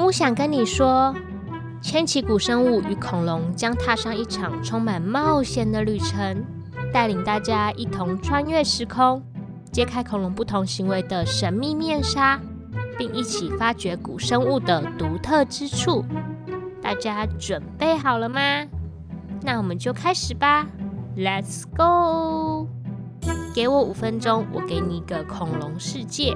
物想跟你说，千奇古生物与恐龙将踏上一场充满冒险的旅程，带领大家一同穿越时空，揭开恐龙不同行为的神秘面纱，并一起发掘古生物的独特之处。大家准备好了吗？那我们就开始吧 ，Let's go！ 给我5分钟，我给你一个恐龙世界。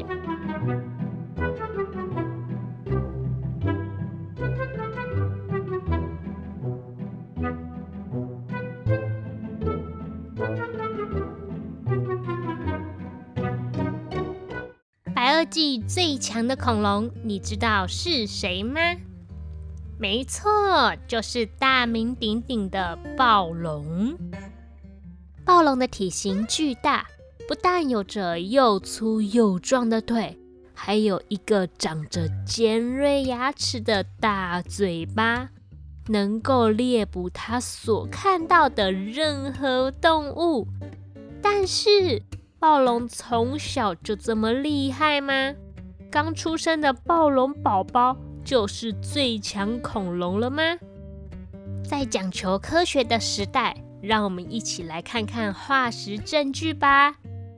白垩纪最强的恐龙，你知道是谁吗？没错，就是大名鼎鼎的暴龙。暴龙的体型巨大，不但有着又粗又壮的腿，还有一个长着尖锐牙齿的大嘴巴，能够猎捕它所看到的任何动物。但是，暴龙从小就这么厉害吗？刚出生的暴龙宝宝就是最强恐龙了吗？在讲求科学的时代，让我们一起来看看化石证据吧。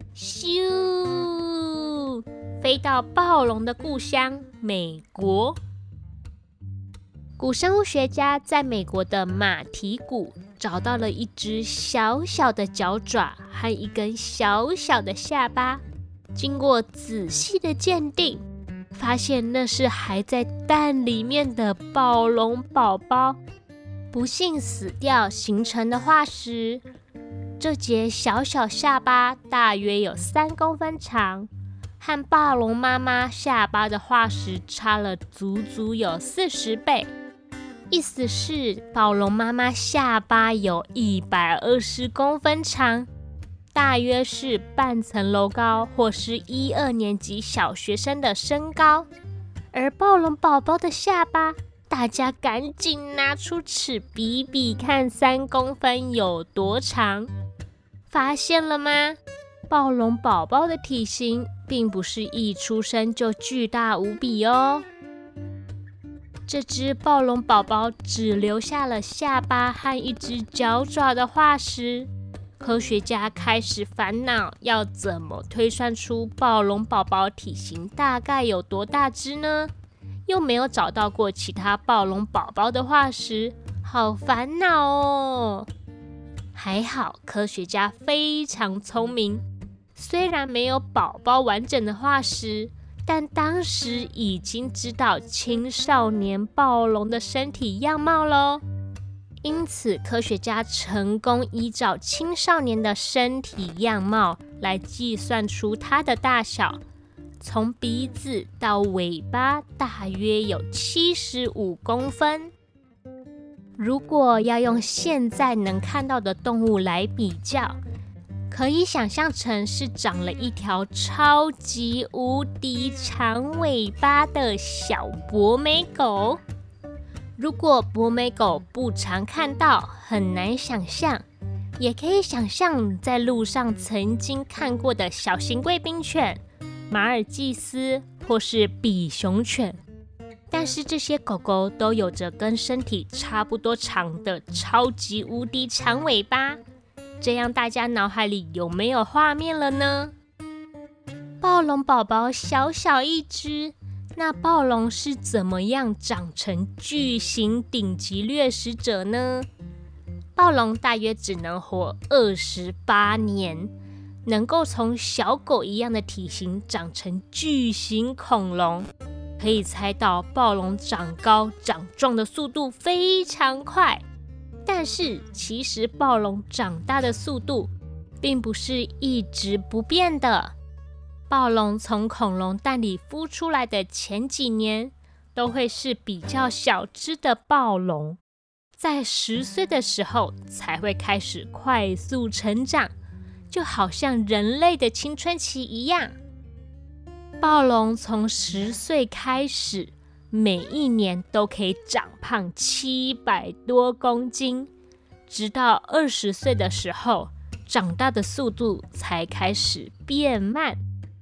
咻，飞到暴龙的故乡美国。古生物学家在美国的马蹄谷找到了一只小小的脚爪和一根小小的下巴，经过仔细的鉴定，发现那是还在蛋里面的暴龙宝宝不幸死掉形成的化石。这节小小下巴大约有3公分长，和暴龙妈妈下巴的化石差了足足有40倍。意思是暴龙妈妈下巴有120公分长，大约是半层楼高或是1、2年级小学生的身高。而暴龙宝宝的下巴，大家赶紧拿出尺比比看3公分有多长。发现了吗？暴龙宝宝的体型并不是一出生就巨大无比哦。这只暴龙宝宝只留下了下巴和一只脚爪的化石，科学家开始烦恼要怎么推算出暴龙宝宝体型大概有多大只呢？又没有找到过其他暴龙宝宝的化石，好烦恼哦。还好科学家非常聪明，虽然没有宝宝完整的化石，但当时已经知道青少年暴龙的身体样貌咯。因此科学家成功依照青少年的身体样貌来计算出它的大小，从鼻子到尾巴大约有75公分。如果要用现在能看到的动物来比较，可以想象成是长了一条超级无敌长尾巴的小博美狗。如果博美狗不常看到，很难想象，也可以想象在路上曾经看过的小型贵宾犬、马尔济斯或是比熊犬。但是这些狗狗都有着跟身体差不多长的超级无敌长尾巴，这样大家脑海里有没有画面了呢？暴龙宝宝小小一只，那暴龙是怎么样长成巨型顶级掠食者呢？暴龙大约只能活28年，能够从小狗一样的体型长成巨型恐龙。可以猜到暴龙长高长壮的速度非常快，但是其实暴龙长大的速度并不是一直不变的。暴龙从恐龙蛋里孵出来的前几年都会是比较小只的暴龙，在10岁的时候才会开始快速成长，就好像人类的青春期一样。暴龙从10岁开始，每一年都可以长胖700多公斤，直到20岁的时候，长大的速度才开始变慢。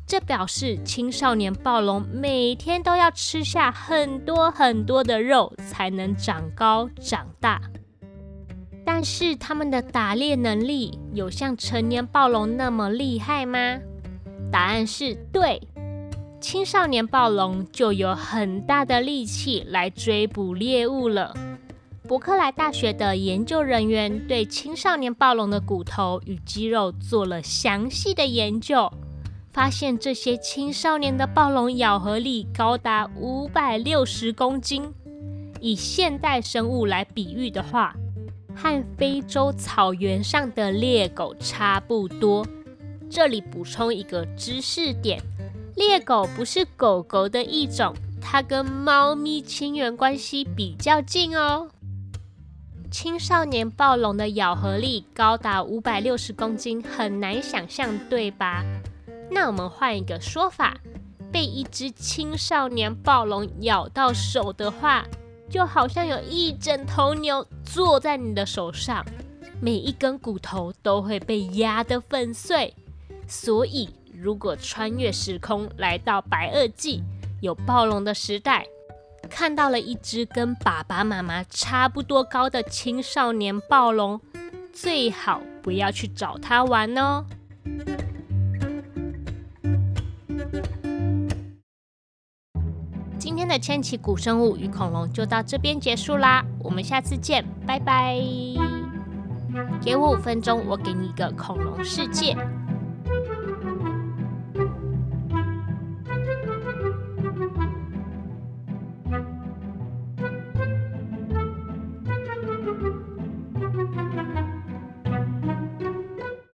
这表示青少年暴龙每天都要吃下很多很多的肉才能长高长大。但是它们的打猎能力有像成年暴龙那么厉害吗？答案是对，青少年暴龙就有很大的力气来追捕猎物了。伯克莱大学的研究人员对青少年暴龙的骨头与肌肉做了详细的研究，发现这些青少年的暴龙咬合力高达560公斤。以现代生物来比喻的话，和非洲草原上的猎狗差不多。这里补充一个知识点，猎狗不是狗狗的一种，它跟猫咪亲缘关系比较近哦。青少年暴龙的咬合力高达560公斤，很难想象，对吧？那我们换一个说法，被一只青少年暴龙咬到手的话，就好像有一整头牛坐在你的手上，每一根骨头都会被压得粉碎。所以，如果穿越时空来到白垩纪，有暴龙的时代，看到了一只跟爸爸妈妈差不多高的青少年暴龙，最好不要去找它玩哦。今天的千奇古生物与恐龙就到这边结束啦，我们下次见，拜拜。给我5分钟，我给你一个恐龙世界。